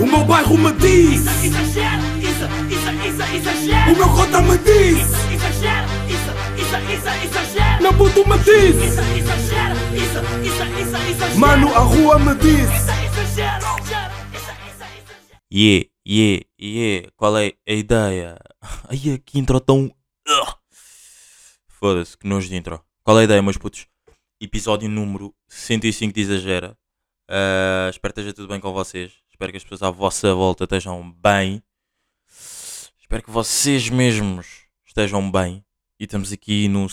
meu bairro me diz. Exagero, exagero. O meu cota me diz. Exagero, exagero. Meu puto me diz. Exagero, exagero. Mano, a rua me diz. Exagero. Qual é a ideia? Ai, que intro tão... Foda-se, que nojo de intro. Qual é a ideia, meus putos? Episódio número 105 de Exagera. Espero que esteja tudo bem com vocês. Espero que as pessoas à vossa volta estejam bem. Espero que vocês mesmos estejam bem. E estamos aqui no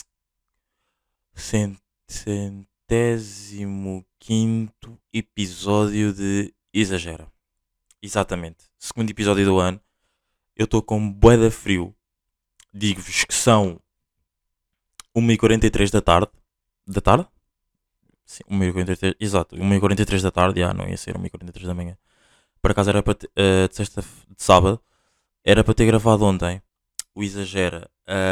105º episódio de Exagera. Exatamente. Segundo episódio do ano. Eu estou com bué de frio. Digo-vos que são 1h43 da tarde. Da tarde? Sim, 1h43. Exato, 1h43 da tarde. Não ia ser 1h43 da manhã. Por acaso era para de sábado. Era para ter gravado ontem. O Exagera.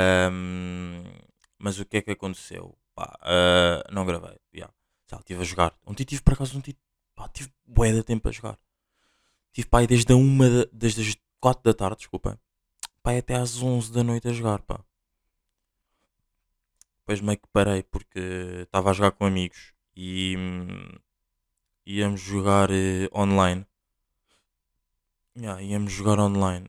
Mas o que é que aconteceu? Não gravei. Já estive a jogar. Ontem tive por acaso tive bué de tempo a jogar. Tive pai desde desde as 4 da tarde, desculpa. Pai até às 11 da noite a jogar, pá. Depois meio que parei porque estava a jogar com amigos e íamos jogar online. Íamos jogar online.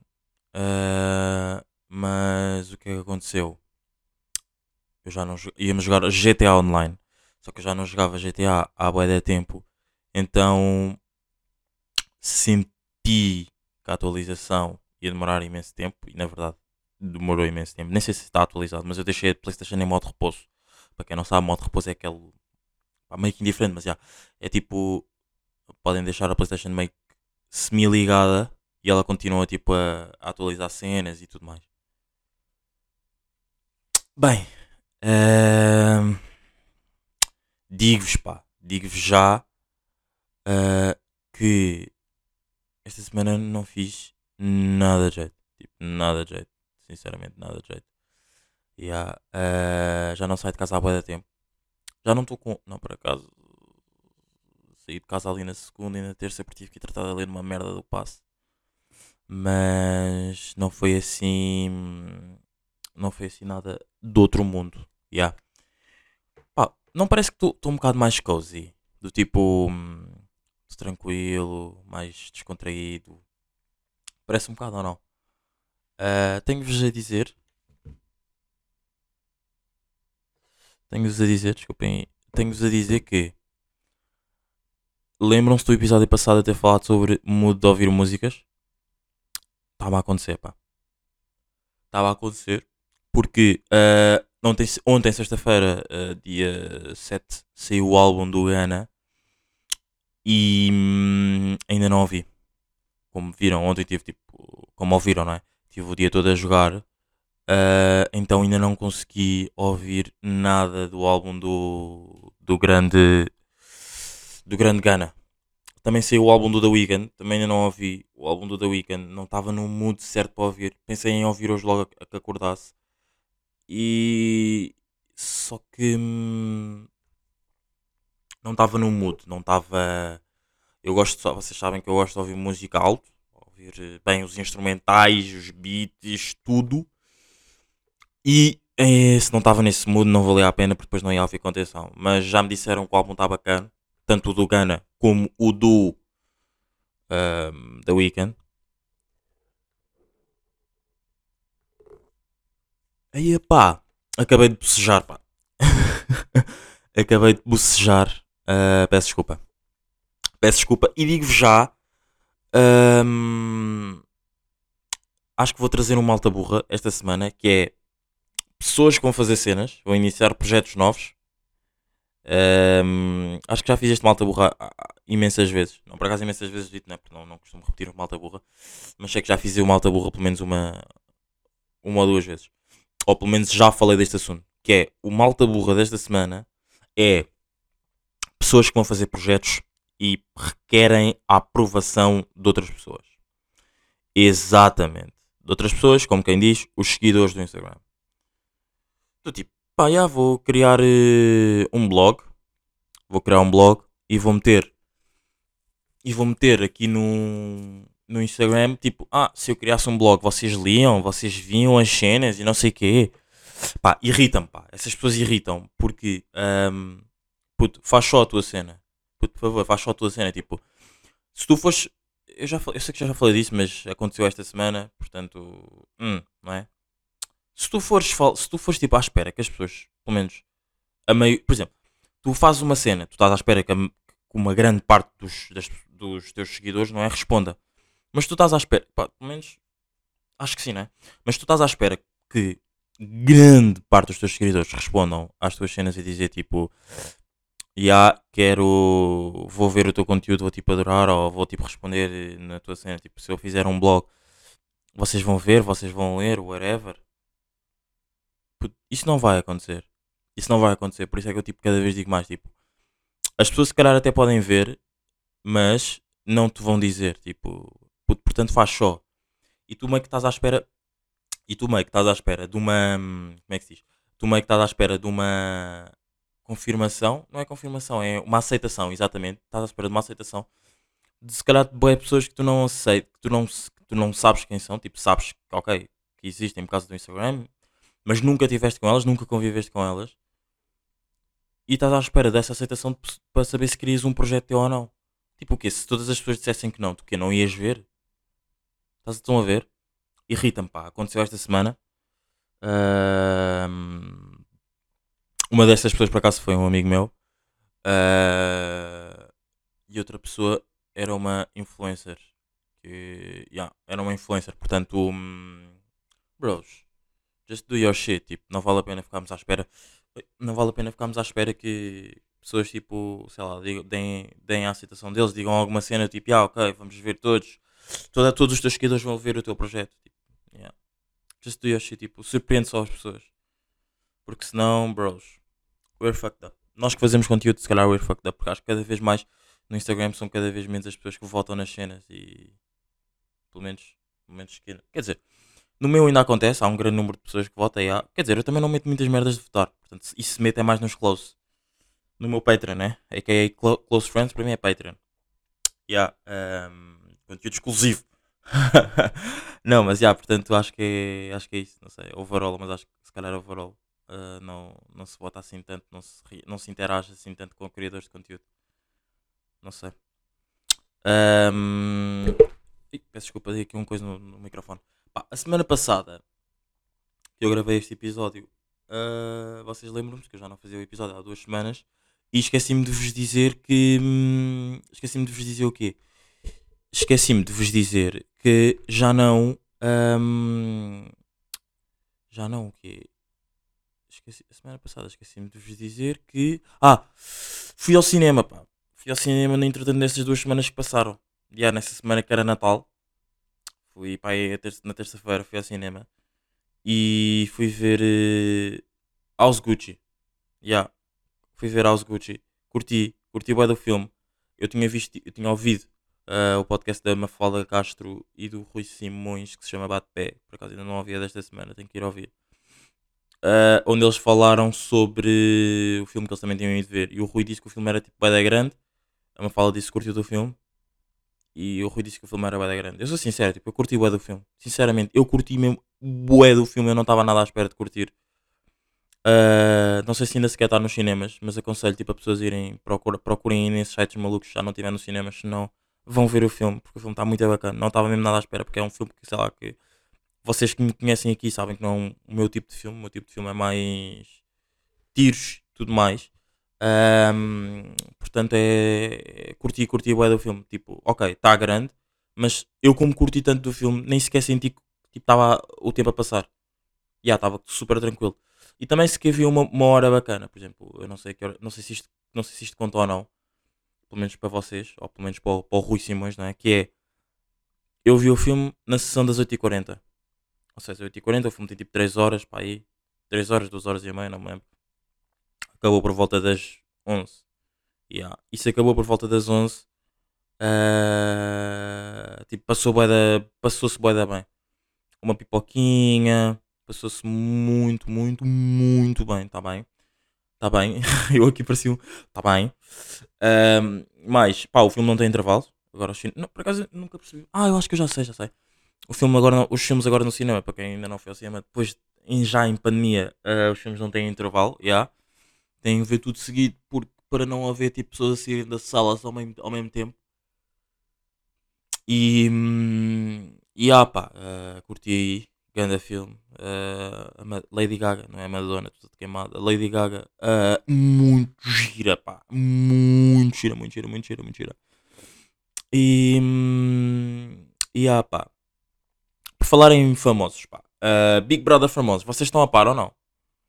Mas o que é que aconteceu? Eu já não íamos jogar GTA Online. Só que eu já não jogava GTA há bué de tempo. Então senti que a atualização ia demorar imenso tempo. E na verdade demorou imenso tempo. Nem sei se está atualizado, mas eu deixei a PlayStation em modo repouso. Para quem não sabe, modo repouso é aquele meio que indiferente, mas é tipo, podem deixar a PlayStation meio que semi-ligada e ela continua tipo a atualizar cenas e tudo mais. Bem, digo-vos já que esta semana não fiz nada de jeito. Tipo, nada de jeito. Sinceramente, nada de jeito. Já não saio de casa há bué de tempo. Já não estou com... Não, por acaso... Saí de casa ali na segunda e na terça porque tive que ir tratar de ler uma merda do passe. Mas não foi assim... Não foi assim nada do outro mundo. Não parece que estou um bocado mais cozy. Do tipo... tranquilo, mais descontraído. Parece um bocado ou não? Tenho-vos a dizer... desculpem. Tenho-vos a dizer que... Lembram-se do episódio passado a ter falado sobre mood de ouvir músicas? Estava a acontecer, pá. Estava a acontecer. Porque ontem sexta-feira, dia 7, saiu o álbum do Gana. E ainda não ouvi. Como viram, ontem tive tipo... Como ouviram, não é? Tive o dia todo a jogar. Então ainda não consegui ouvir nada do álbum do grande Gana. Também saiu o álbum do The Weeknd, também ainda não ouvi o álbum do The Weeknd, não estava no mood certo para ouvir. Pensei em ouvir hoje logo a que acordasse. E só que não estava no mood, não estava. Eu gosto só, vocês sabem que eu gosto de ouvir música alto, ouvir bem os instrumentais, os beats, tudo. E se não estava nesse mood não valia a pena porque depois não ia ouvir com atenção. Mas já me disseram que o álbum está bacana, tanto o do Gana como o do The Weeknd. Aí pá, acabei de bocejar, pá. Acabei de bocejar. Peço desculpa. Peço desculpa e digo-vos já. Acho que vou trazer uma malta burra esta semana, que é pessoas que vão fazer cenas, vão iniciar projetos novos. Acho que já fiz este malta burra imensas vezes. Não, por acaso imensas vezes dito, não é? Porque não costumo repetir o malta burra. Mas sei que já fiz o malta burra pelo menos uma ou duas vezes. Ou pelo menos já falei deste assunto. Que é, o malta burra desta semana é pessoas que vão fazer projetos e requerem a aprovação de outras pessoas. Exatamente. De outras pessoas, como quem diz, os seguidores do Instagram. Do tipo, vou criar um blog. Vou criar um blog e vou meter e vou meter aqui no Instagram, tipo, se eu criasse um blog, vocês liam, vocês viam as cenas e não sei o quê. Pá, irritam-me, pá. Essas pessoas irritam porque, puto, faz só a tua cena. Puto, por favor, faz só a tua cena. Tipo, se tu fores, eu sei que já falei disso, mas aconteceu esta semana, portanto, não é? Se tu fores tipo à espera que as pessoas, pelo menos, por exemplo, tu fazes uma cena, tu estás à espera que uma grande parte dos teus seguidores não é responda. Mas tu estás à espera, pá, pelo menos acho que sim, não é? Mas tu estás à espera que grande parte dos teus seguidores respondam às tuas cenas e dizer tipo, vou ver o teu conteúdo, vou tipo adorar, ou vou tipo responder na tua cena, tipo, se eu fizer um blog, vocês vão ver, vocês vão ler, whatever. Puto, isso não vai acontecer. Isso não vai acontecer, por isso é que eu tipo cada vez digo mais, tipo, as pessoas se calhar até podem ver, mas não te vão dizer, tipo, puto, portanto faz só. E tu meio que estás à espera, de uma, como é que se diz? Tu meio que estás à espera de uma confirmação, não é confirmação, é uma aceitação, exatamente. Estás à espera de uma aceitação de se calhar de boas pessoas que tu não aceitas, que tu não sabes quem são, tipo, sabes que ok, que existem por causa do Instagram, mas nunca estiveste com elas, nunca conviveste com elas, e estás à espera dessa aceitação para saber se querias um projeto teu ou não. Tipo o quê? Se todas as pessoas dissessem que não, tu que não ias ver? Estão a ver? Irrita-me, pá. Aconteceu esta semana. Ahm, uma dessas pessoas, por acaso, foi um amigo meu. E outra pessoa era uma influencer. Era uma influencer. Portanto, bros, just do your shit. Tipo, não vale a pena ficarmos à espera. Não vale a pena ficarmos à espera que pessoas, tipo, sei lá, deem a aceitação deles, digam alguma cena, tipo, ok, vamos ver todos. Todos os teus seguidores vão ver o teu projeto. Tipo, yeah. Just do your shit. Tipo, surpreende só as pessoas. Porque senão, bros, we're fucked up. Nós que fazemos conteúdo, se calhar we're fucked up. Porque acho que cada vez mais no Instagram são cada vez menos as pessoas que votam nas cenas. E pelo menos quer dizer, no meu ainda acontece, há um grande número de pessoas que votam. Quer dizer, eu também não meto muitas merdas de votar. Portanto, isso se mete é mais nos close. No meu Patreon, né? A.k.a. Close Friends, para mim é Patreon. Conteúdo exclusivo. Não, mas portanto acho que é isso. Não sei, overall, mas acho que se calhar overall não se vota assim tanto, não se interage assim tanto com criadores de conteúdo. Não sei. Peço desculpa, dei aqui uma coisa no microfone. Pá, a semana passada que eu gravei este episódio, vocês lembram-se que eu já não fazia o episódio há 2 semanas e esqueci-me de vos dizer que. Esqueci-me de vos dizer o quê? Esqueci-me de vos dizer que já não. Já não o quê? A semana passada esqueci-me de vos dizer que. Fui ao cinema, pá. Fui ao cinema no entretanto nessas 2 semanas que passaram. Nessa semana que era Natal. Fui pá, na terça-feira fui ao cinema. E fui ver House Gucci. Fui ver House Gucci. Curti bem do filme. Eu tinha ouvido o podcast da Mafalda Castro e do Rui Simões que se chama Bate-Pé. Por acaso ainda não ouvi desta semana, tenho que ir ouvir. Onde eles falaram sobre o filme que eles também tinham ido ver. E o Rui disse que o filme era tipo bué da grande. A Mafalda disse que curtiu do filme. E o Rui disse que o filme era bué da grande. Eu sou sincero, tipo, eu curti bué do filme. Sinceramente, eu curti mesmo bué do filme. Eu não estava nada à espera de curtir. Não sei se ainda sequer está nos cinemas, mas aconselho tipo, a pessoas irem procurem ir nesses sites malucos se já não estiver nos cinemas, senão vão ver o filme, porque o filme está muito bacana. Não estava mesmo nada à espera, porque é um filme que, sei lá, que vocês que me conhecem aqui sabem que não é o meu tipo de filme. O meu tipo de filme é mais tiros e tudo mais. Portanto, curti bué do filme. Tipo, ok, está grande, mas eu, como curti tanto do filme, nem sequer senti que estava o tempo a passar. Estava super tranquilo. E também se que havia uma hora bacana, por exemplo, eu não sei que hora, não sei se isto conta ou não, pelo menos para vocês, ou pelo menos para o Rui Simões, não é? Que é, eu vi o filme na sessão das 8h40. Ou seja, 8h40, o filme tem tipo 3 horas, para aí, 3 horas, 2 horas e meia, não me lembro. Acabou por volta das 11. Isso acabou por volta das 11. Tipo, passou-se bué da bem. Uma pipoquinha, passou-se muito, muito, muito bem, está bem? Está bem, eu aqui parecia um. Está bem. Mas, pá, o filme não tem intervalos. Agora, não, por acaso eu nunca percebi. Eu acho que eu já sei, já sei. O filme agora, os filmes agora no cinema, para quem ainda não foi ao cinema, depois, já em pandemia, os filmes não têm intervalo, já. Têm que ver tudo seguido, porque, para não haver tipo, pessoas a saírem da sala ao mesmo tempo. Pá, curti aí, grande filme. Lady Gaga, não é Madonna, tudo queimada. Lady Gaga, muito gira, pá, muito gira, muito gira, muito gira, muito gira. Pá, por falar em famosos, pá, Big Brother famosos, vocês estão a par ou não?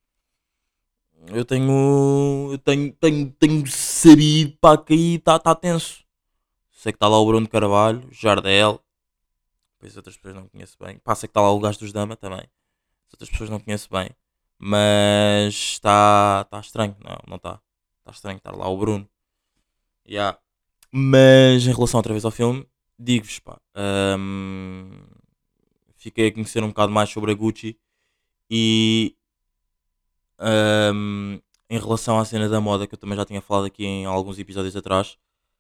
Eu tenho sabido, pá, que aí está tenso. Sei que está lá o Bruno Carvalho, Jardel. Depois outras pessoas não conheço bem. Pá, sei que está lá o gajo dos Dama também. As outras pessoas não conheço bem. Mas está estranho. Não está. Está estranho estar lá o Bruno. Yeah. Mas em relação outra vez ao filme, digo-vos, pá. Fiquei a conhecer um bocado mais sobre a Gucci. E em relação à cena da moda, que eu também já tinha falado aqui em alguns episódios atrás,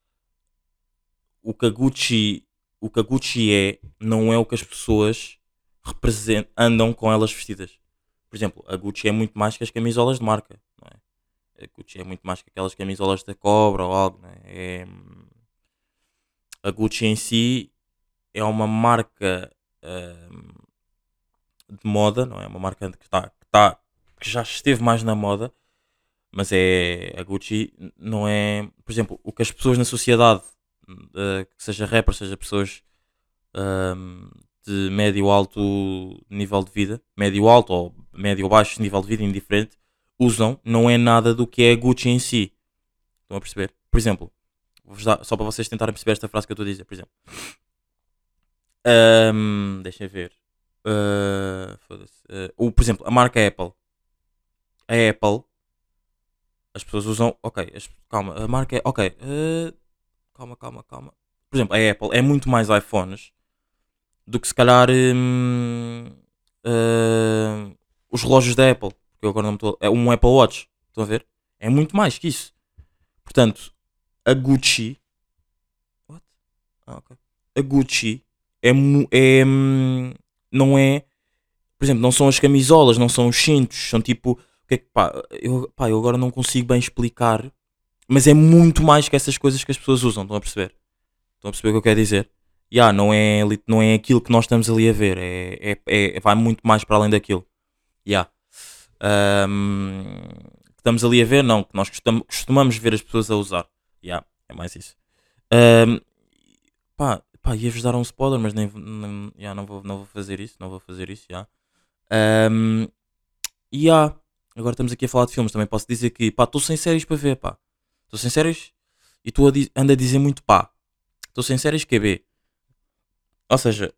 o que a Gucci, o que a Gucci não é o que as pessoas andam com elas vestidas. Por exemplo, a Gucci é muito mais que as camisolas de marca, não é? A Gucci é muito mais que aquelas camisolas da Cobra ou algo, não é? A Gucci em si é uma marca de moda, não é? Uma marca que já esteve mais na moda, mas a Gucci não é, por exemplo, o que as pessoas na sociedade, que seja rapper, seja pessoas ahm, de médio alto nível de vida, médio alto ou médio baixo nível de vida, indiferente, usam, não é nada do que é a Gucci em si. Estão a perceber? Por exemplo, vou-vos dar, só para vocês tentarem perceber esta frase que eu estou a dizer, por exemplo. Deixem ver. Foda-se. Por exemplo, a marca Apple. A Apple, as pessoas usam. Ok, calma, a marca é. Ok, calma, calma, calma. Por exemplo, a Apple é muito mais iPhones do que se calhar os relógios da Apple. Porque eu agora não estou. É um Apple Watch. Estão a ver? É muito mais que isso. Portanto, a Gucci. What? Ok. A Gucci não é. Por exemplo, não são as camisolas, não são os cintos. São tipo. O que é que, eu agora não consigo bem explicar. Mas é muito mais que essas coisas que as pessoas usam. Estão a perceber? Estão a perceber o que eu quero dizer? Não é aquilo que nós estamos ali a ver. Vai muito mais para além daquilo. Yeah. Que estamos ali a ver, não. Que nós costumamos ver as pessoas a usar. Yeah, é mais isso. Ahm, ia-vos dar um spoiler, mas não vou fazer isso. Não vou fazer isso. Yeah. Ahm, yeah. Agora estamos aqui a falar de filmes. Também posso dizer que estou sem séries para ver. Estou sem séries e ando a dizer muito pá. Estou sem séries QB. Ou seja,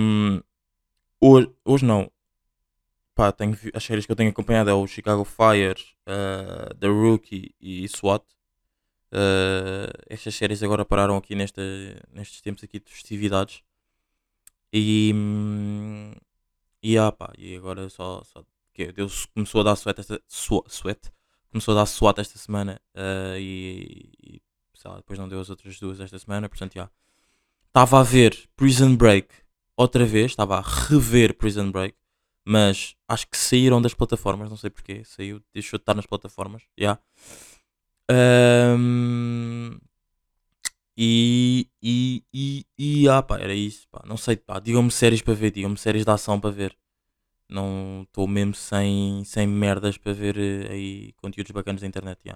hoje não. Pá, as séries que eu tenho acompanhado é o Chicago Fire, The Rookie e SWAT. Estas séries agora pararam aqui nestes tempos aqui de festividades. E, e agora só que Deus começou a dar sweat, começou a dar SWAT esta semana, e sei lá, depois não deu as outras duas esta semana, portanto já. Estava a ver Prison Break outra vez, estava a rever Prison Break, mas acho que saíram das plataformas, não sei porquê, deixou de estar nas plataformas, já. Pá, era isso, pá, não sei, pá, digam-me séries para ver, digam-me séries de ação para ver. Não estou mesmo sem merdas para ver aí conteúdos bacanas da internet, já.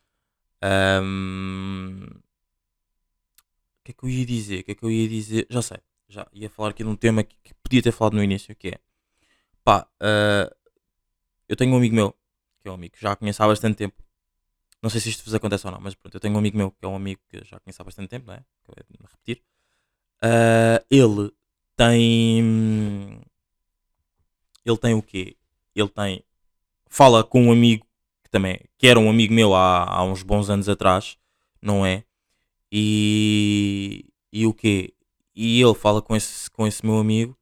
O que é que eu ia dizer? O que é que eu ia dizer? Já sei. Já ia falar aqui de um tema que podia ter falado no início, que é pá, eu tenho um amigo meu, que é um amigo que já conheço há bastante tempo. Não sei se isto vos acontece ou não, mas pronto, eu tenho um amigo meu que é um amigo que já conheço há bastante tempo, não é? Acabei de me repetir. Ele tem. Ele tem o quê? Ele tem. Fala com um amigo que era um amigo meu há uns bons anos atrás, não é? E o quê? E ele fala com esse meu amigo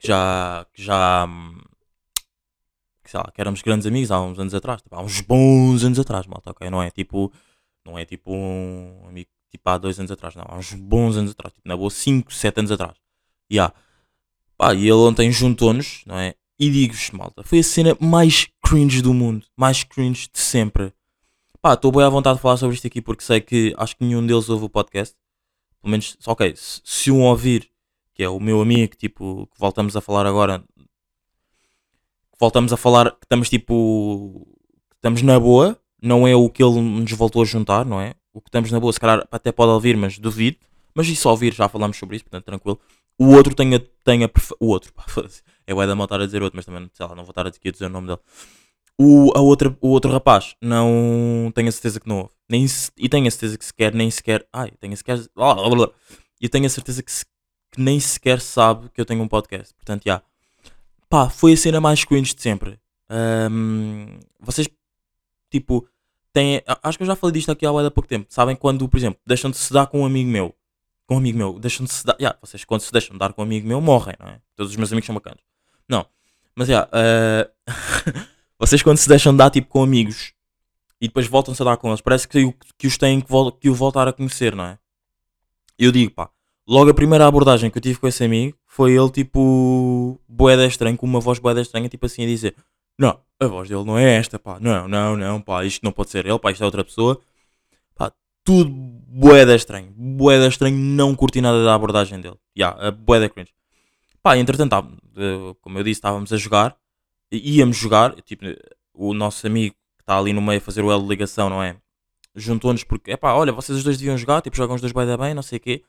que sei lá, que éramos grandes amigos há uns anos atrás, tipo, há uns bons anos atrás, malta, ok? Não é tipo um amigo tipo há 2 anos atrás, não, há uns bons anos atrás, tipo, na boa 5, 7 anos atrás. Yeah. Pá, e ele ontem juntou-nos, não é? E digo-vos, malta, foi a cena mais cringe do mundo, mais cringe de sempre. Pá, estou bem à vontade de falar sobre isto aqui porque sei que acho que nenhum deles ouve o podcast. Pelo menos, ok, se um ouvir, que é o meu amigo, tipo, que voltamos a falar agora, que voltamos a falar, que estamos tipo, que estamos na boa, não é o que ele nos voltou a juntar, não é? O que estamos na boa, se calhar até pode ouvir, mas duvido. Mas e só ouvir, já falamos sobre isso, portanto, tranquilo. O outro o outro, pá, foda-se. É bué da mal estar a dizer outro, mas também, sei lá, não vou estar aqui a dizer o nome dele. O outro rapaz, não tenho a certeza que não ouve. E tenho a certeza que sequer, nem sequer. Ai, tenho a sequer. E tenho a certeza que nem sequer sabe que eu tenho um podcast. Portanto, já. Pá, foi a cena mais cringe de sempre. Vocês, tipo, têm. Acho que eu já falei disto aqui há bué de pouco tempo. Sabem quando, por exemplo, deixam de se dar com um amigo meu. Com um amigo meu, deixam de se dar. Vocês, quando se deixam de dar com um amigo meu, morrem, não é? Todos os meus amigos são bacanas. Não. Mas, já. Vocês, quando se deixam de dar, tipo, com amigos e depois voltam-se a dar com eles, parece que os têm que o voltar a conhecer, não é? Eu digo, pá, logo a primeira abordagem que eu tive com esse amigo foi ele, tipo, boeda estranho, com uma voz boeda estranha, tipo assim, a dizer: Não, a voz dele não é esta, pá, não, pá, isto não pode ser ele, pá, isto é outra pessoa, pá, tudo boeda estranho, não curti nada da abordagem dele, a boeda cringe. Pá, entretanto, como eu disse, estávamos a jogar, íamos jogar, tipo, o nosso amigo que está ali no meio a fazer o L de ligação, não é? Juntou-nos porque, epá, olha, vocês os dois deviam jogar, tipo, jogam os dois bem da bem, não sei o quê.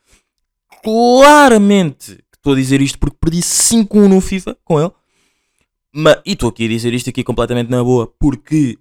Claramente que estou a dizer isto porque perdi 5-1 no FIFA com ele. E estou aqui a dizer isto aqui completamente na boa porque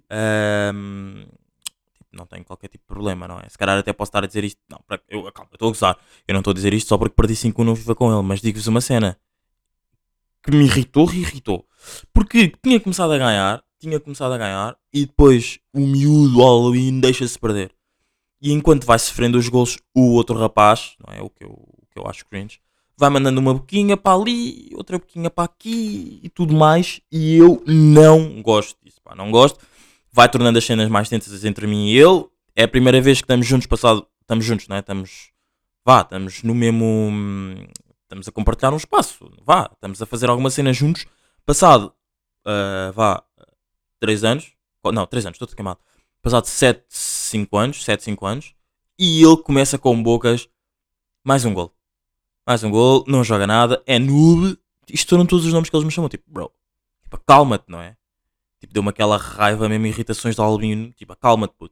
tipo, não tenho qualquer tipo de problema, não é? Se calhar até posso estar a dizer isto. Não, calma, eu estou a gozar. Eu não estou a dizer isto só porque perdi 5-1 no FIFA com ele, mas digo-vos uma cena que me irritou. Porque tinha começado a ganhar e depois o miúdo Halloween deixa-se perder. E enquanto vai sofrendo os gols, o outro rapaz, não é? O que eu acho cringe, vai mandando uma boquinha para ali, outra boquinha para aqui e tudo mais. E eu não gosto disso, pá, não gosto. Vai tornando as cenas mais tensas entre mim e ele. É a primeira vez que estamos juntos, estamos juntos, não é? Estamos no mesmo. Estamos a compartilhar um espaço, estamos a fazer alguma cena juntos. Passado, 3 anos, não, 3 anos, estou queimado. Passado 5 anos, e ele começa com bocas, mais um gol, não joga nada, é noob. Isto foram todos os nomes que eles me chamam, tipo, bro, tipo, acalma-te, não é? Tipo, deu-me aquela raiva, mesmo irritações de albino, tipo, acalma-te, puto.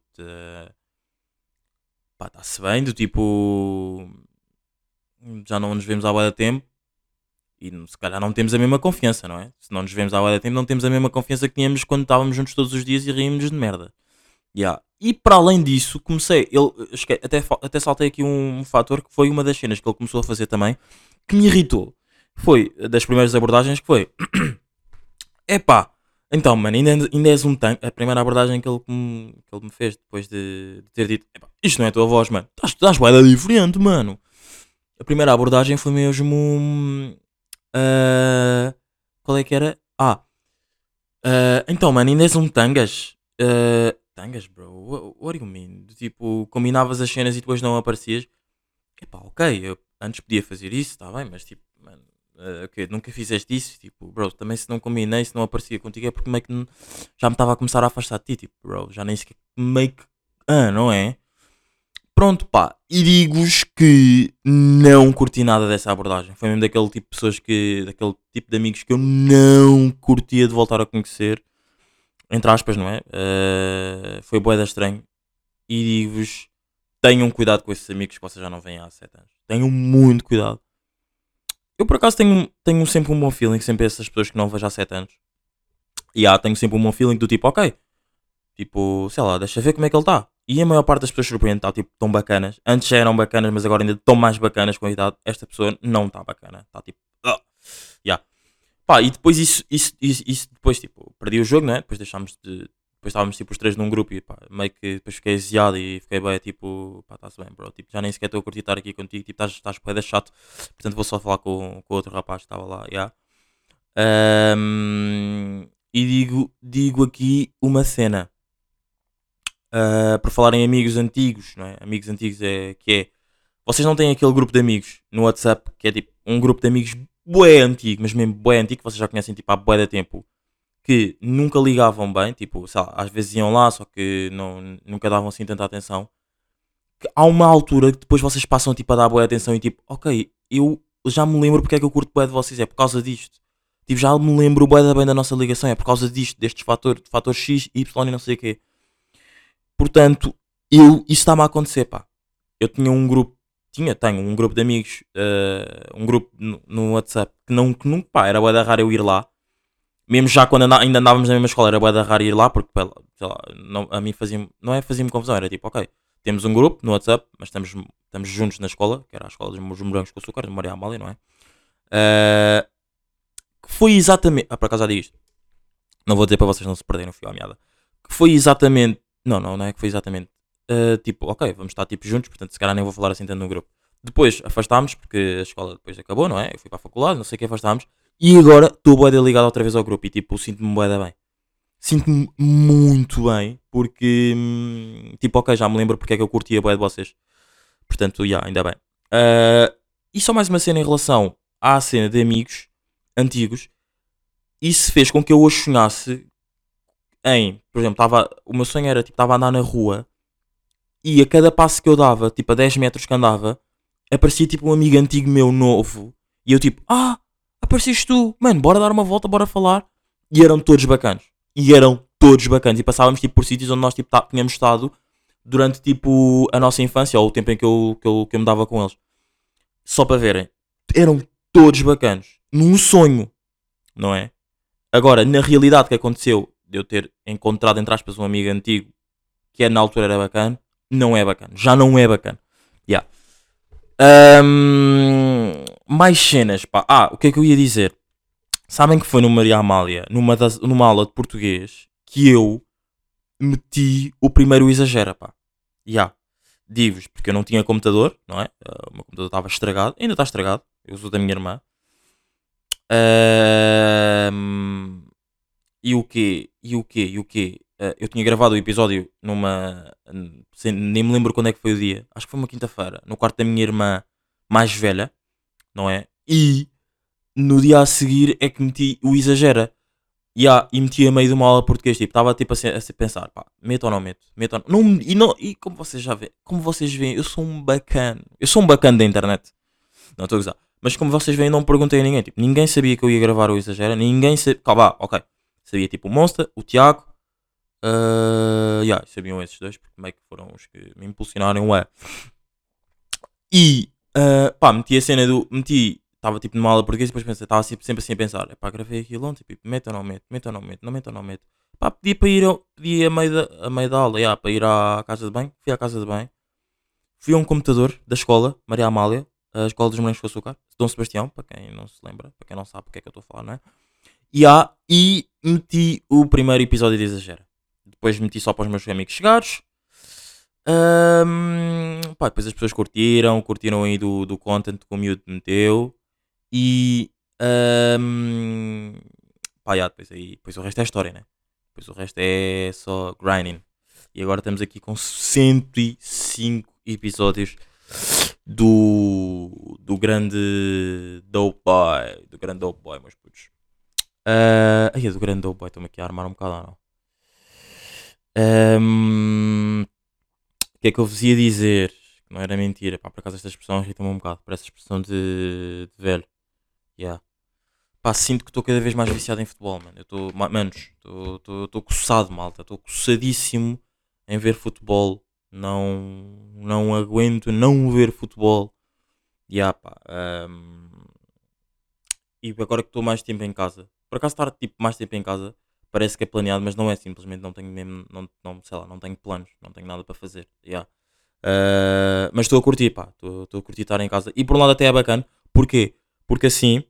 Pá, está-se bem, do tipo, já não nos vemos há bué de tempo e se calhar não temos a mesma confiança, não é? Se não nos vemos há bué de tempo, não temos a mesma confiança que tínhamos quando estávamos juntos todos os dias e ríamos de merda. E para além disso, até saltei aqui um fator que foi uma das cenas que ele começou a fazer também, que me irritou. Foi das primeiras abordagens que foi: Epá, então mano, ainda és um tanque. A primeira abordagem que ele me fez depois de ter dito: Epá, isto não é a tua voz, mano, estás bué da diferente, mano. A primeira abordagem foi mesmo. Qual é que era? Então mano, ainda és um tangas. Tangas, bro, what do you mean? Tipo, combinavas as cenas e depois não aparecias. Epá, ok, eu antes podia fazer isso, está bem, mas tipo, mano, ok, nunca fizeste isso. Tipo, bro, também se não combinei, se não aparecia contigo é porque meio que já me estava a começar a afastar de ti. Tipo, bro, já nem sequer meio que. Não é? Pronto, pá, e digo-vos que não curti nada dessa abordagem. Foi mesmo daquele tipo de pessoas daquele tipo de amigos que eu não curtia de voltar a conhecer. Entre aspas, não é? Foi bué da estranho. E digo-vos: tenham cuidado com esses amigos que vocês já não veem há 7 anos. Tenham muito cuidado. Eu por acaso tenho sempre um bom feeling, sempre essas pessoas que não vejo há 7 anos. Tenho sempre um bom feeling do tipo, ok, tipo, sei lá, deixa ver como é que ele está. E a maior parte das pessoas surpreende, está tipo, tão bacanas. Antes já eram bacanas, mas agora ainda estão mais bacanas com a idade. Esta pessoa não está bacana, está tipo, Pá, e depois isso depois, tipo, perdi o jogo, né? Depois depois estávamos tipo os três num grupo e pá, meio que depois fiquei aziado e fiquei bem, tipo, pá, está-se bem, bro. Tipo, já nem sequer estou a curtir estar aqui contigo, tipo, estás bué da chato, portanto vou só falar com outro rapaz que estava lá, E digo aqui uma cena. por falar em amigos antigos, não é? Amigos antigos é que é. Vocês não têm aquele grupo de amigos no WhatsApp que é tipo um grupo de amigos bué antigo, mas mesmo bué antigo, que vocês já conhecem tipo há bué de tempo, que nunca ligavam bem, tipo, sei lá, às vezes iam lá, só que nunca davam assim tanta atenção. Que há uma altura que depois vocês passam tipo a dar boa atenção e tipo, ok, eu já me lembro porque é que eu curto bué de vocês, é por causa disto. Tipo, já me lembro bué da bem da nossa ligação, é por causa disto, destes fator X, Y e não sei o quê. Portanto, isso está-me a acontecer, pá. Eu tinha um grupo, tenho um grupo de amigos, um grupo no WhatsApp que nunca, pá, era bué da raro eu ir lá. Mesmo já quando ainda andávamos na mesma escola, era bué da raro ir lá, porque, pá, sei lá, a mim não é fazia-me confusão, era tipo, ok, temos um grupo no WhatsApp, mas estamos juntos na escola, que era a escola dos morangos com açúcar, de Maria Amália, não é? Eh, que foi exatamente, por acaso já digo isto, não vou dizer para vocês não se perderem o fio à meada, que foi exatamente, não é que foi exatamente, tipo, ok, vamos estar tipo juntos, portanto se calhar nem vou falar assim tanto no grupo. Depois afastámos, porque a escola depois acabou, não é? Eu fui para a faculdade, não sei o que, afastámos, e agora estou bué de ligado outra vez ao grupo e tipo, sinto-me bué de bem. Sinto-me muito bem, porque, tipo, ok, já me lembro porque é que eu curtia bué de vocês. Portanto, já, ainda bem. E só mais uma cena em relação à cena de amigos antigos. Isso fez com que eu hoje sonhasse em, por exemplo, o meu sonho era, tipo, estava a andar na rua e a cada passo que eu dava, tipo, a 10 metros que andava, aparecia, tipo, um amigo antigo meu novo. E eu, tipo, apareceste tu, mano, bora dar uma volta, bora falar. E eram todos bacanos. E eram todos bacanos. E passávamos, tipo, por sítios onde nós, tipo, tínhamos estado durante, tipo, a nossa infância ou o tempo em que eu me dava com eles. Só para verem. Eram todos bacanos. Num sonho, não é? Agora, na realidade que aconteceu de eu ter encontrado, entre aspas, um amigo antigo que na altura era bacana, não é bacana. Já não é bacana. Yeah. Mais cenas, pá. O que é que eu ia dizer? Sabem que foi no Maria Amália, numa aula de português, que eu meti o primeiro exagera, pá. Yeah. Digo-vos, porque eu não tinha computador, não é? O meu computador estava estragado, ainda está estragado. Eu uso da minha irmã. E o quê? E o quê? E o quê? Eu tinha gravado o episódio nem me lembro quando é que foi o dia. Acho que foi uma quinta-feira. No quarto da minha irmã mais velha, não é? E no dia a seguir é que meti o exagera. E meti a meio de uma aula de português. Tipo, estava tipo a pensar, pá, meto ou não meto? Meto ou não? E como vocês já veem, eu sou um bacana. Eu sou um bacana da internet. Não estou a gozar. Mas como vocês veem, não perguntei a ninguém. Tipo, ninguém sabia que eu ia gravar o exagera. Ninguém sabia. Calma, ok. Sabia tipo o Monster, o Tiago. Sabiam esses dois, porque meio que foram os que me impulsionaram. E meti a cena do. Estava tipo numa aula de português e depois pensei, estava sempre assim a pensar: gravei aquilo ontem, tipo, meto ou não meto, meto ou não meto, não meto ou não meto. Pedi para ir, pedi a meio da aula, para ir à casa de banho. Fui à casa de banho, fui a um computador da escola, Maria Amália, a escola dos Morangos com Açúcar, Dom Sebastião, para quem não se lembra, para quem não sabe porque é que eu estou a falar, não é? E meti o primeiro episódio de Exagera. Depois meti só para os meus amigos chegados. Depois as pessoas curtiram aí do content que o miúdo meteu. E depois o resto é história, né? Depois o resto é só grinding. E agora estamos aqui com 105 episódios do grande Dope Boy. Do grande Dope Boy, meus putos. Do grande Dope Boy, estou-me aqui a armar um bocado, não? O que é que eu vos ia dizer? Que não era mentira. Por acaso esta expressão irrita-me um bocado. Parece a expressão de velho. Yeah. Sinto que estou cada vez mais viciado em futebol, mano. Eu estou, estou coçado, malta. Estou coçadíssimo em ver futebol. Não aguento não ver futebol. E agora que estou mais tempo em casa. Por acaso estar tipo mais tempo em casa parece que é planeado, mas não é, simplesmente não tenho mesmo, sei lá, não tenho planos, não tenho nada para fazer. Mas estou a curtir, pá. Estou a curtir estar em casa. E por um lado até é bacana. Porquê? Porque assim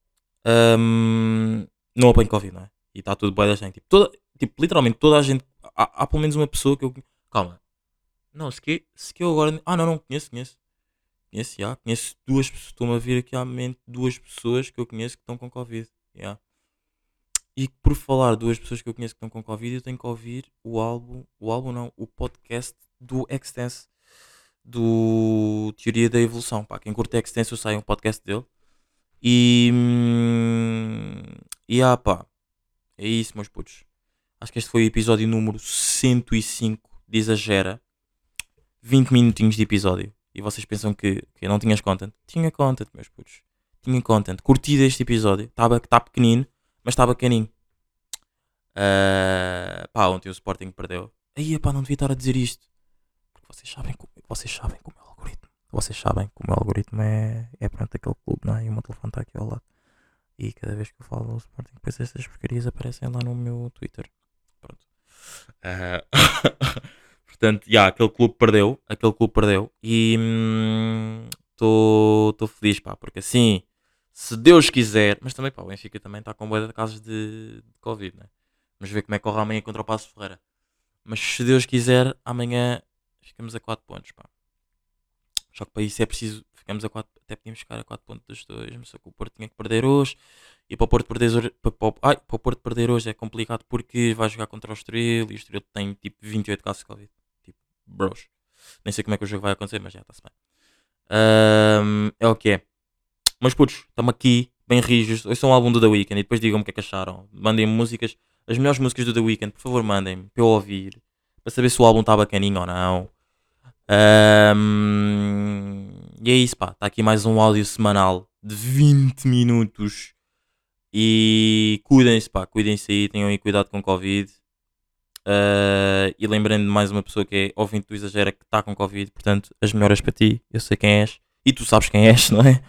não apanho Covid, não é? E está tudo bem da gente. Literalmente toda a gente. Há pelo menos uma pessoa que eu. Calma. Não, se que eu agora. Não, conheço. Conheço duas pessoas. Estou-me a vir aqui à mente duas pessoas que eu conheço que estão com Covid. E por falar duas pessoas que eu conheço que estão com Covid, eu tenho que ouvir o podcast do Extense, do Teoria da Evolução. Pá, quem curte Extense, eu saio um podcast dele. E pá, é isso, meus putos. Acho que este foi o episódio número 105 de Exagera. 20 minutinhos de episódio. E vocês pensam que eu não tinhas content? Tinha content, meus putos. Tinha content. Curti deste episódio. Está pequenino, mas está bacaninho. Pá, ontem o Sporting perdeu. Aí, pá, não devia estar a dizer isto. Porque vocês sabem como é o algoritmo. Vocês sabem como é o algoritmo é perante aquele clube, não é? E o meu telefone está aqui ao lado. E cada vez que eu falo do Sporting, depois estas porcarias aparecem lá no meu Twitter. Pronto. Portanto, aquele clube perdeu. E estou feliz, pá, porque assim, se Deus quiser, mas também, pá, o Benfica também está com boa de casos de Covid, né? Vamos ver como é que corre amanhã contra o Paços Ferreira. Mas se Deus quiser, amanhã ficamos a 4 pontos, pá. Só que para isso é preciso, ficamos a 4, até podíamos ficar a 4 pontos dos dois, mas só que o Porto tinha que perder hoje. E para o Porto perder hoje, para o Porto perder hoje é complicado porque vai jogar contra o Estoril e o Estoril tem tipo 28 casos de Covid. Tipo, bros. Nem sei como é que o jogo vai acontecer, mas já está-se bem. É o que é. Mas putos, estamos aqui, bem rijos. Ouçam um álbum do The Weeknd e depois digam-me o que é que acharam. Mandem-me músicas, as melhores músicas do The Weeknd, por favor, mandem-me para eu ouvir, para saber se o álbum está bacaninho ou não. E é isso, pá. Está aqui mais um áudio semanal de 20 minutos. E cuidem-se, pá. Cuidem-se aí. Tenham aí cuidado com Covid. E lembrando de mais uma pessoa que é ouvinte do Exagera que está com Covid. Portanto, as melhoras para ti. Eu sei quem és. E tu sabes quem és, não é?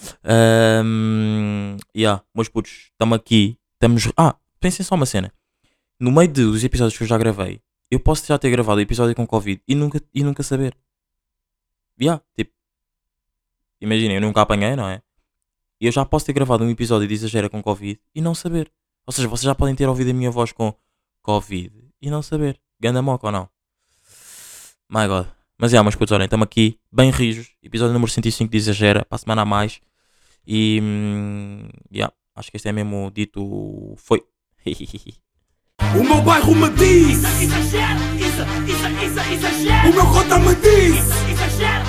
Meus putos. Estamos aqui. Pensem só uma cena. No meio dos episódios que eu já gravei, eu posso já ter gravado o episódio com Covid e nunca saber. Tipo, imaginem, eu nunca apanhei, não é? E eu já posso ter gravado um episódio de Exagera com Covid e não saber. Ou seja, vocês já podem ter ouvido a minha voz com Covid e não saber. Ganda moca ou não? My God. Mas meus putos, olhem, estamos aqui, bem rijos. Episódio número 105 de Exagera, para a semana a mais. E, acho que este é mesmo dito, foi. O meu bairro me diz, Exagera, exagera. o meu cota me diz, Exagera,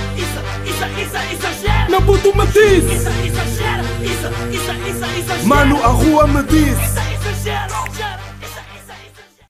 exagera. meu puto me diz, Exagera, exagera. mano, a rua me diz.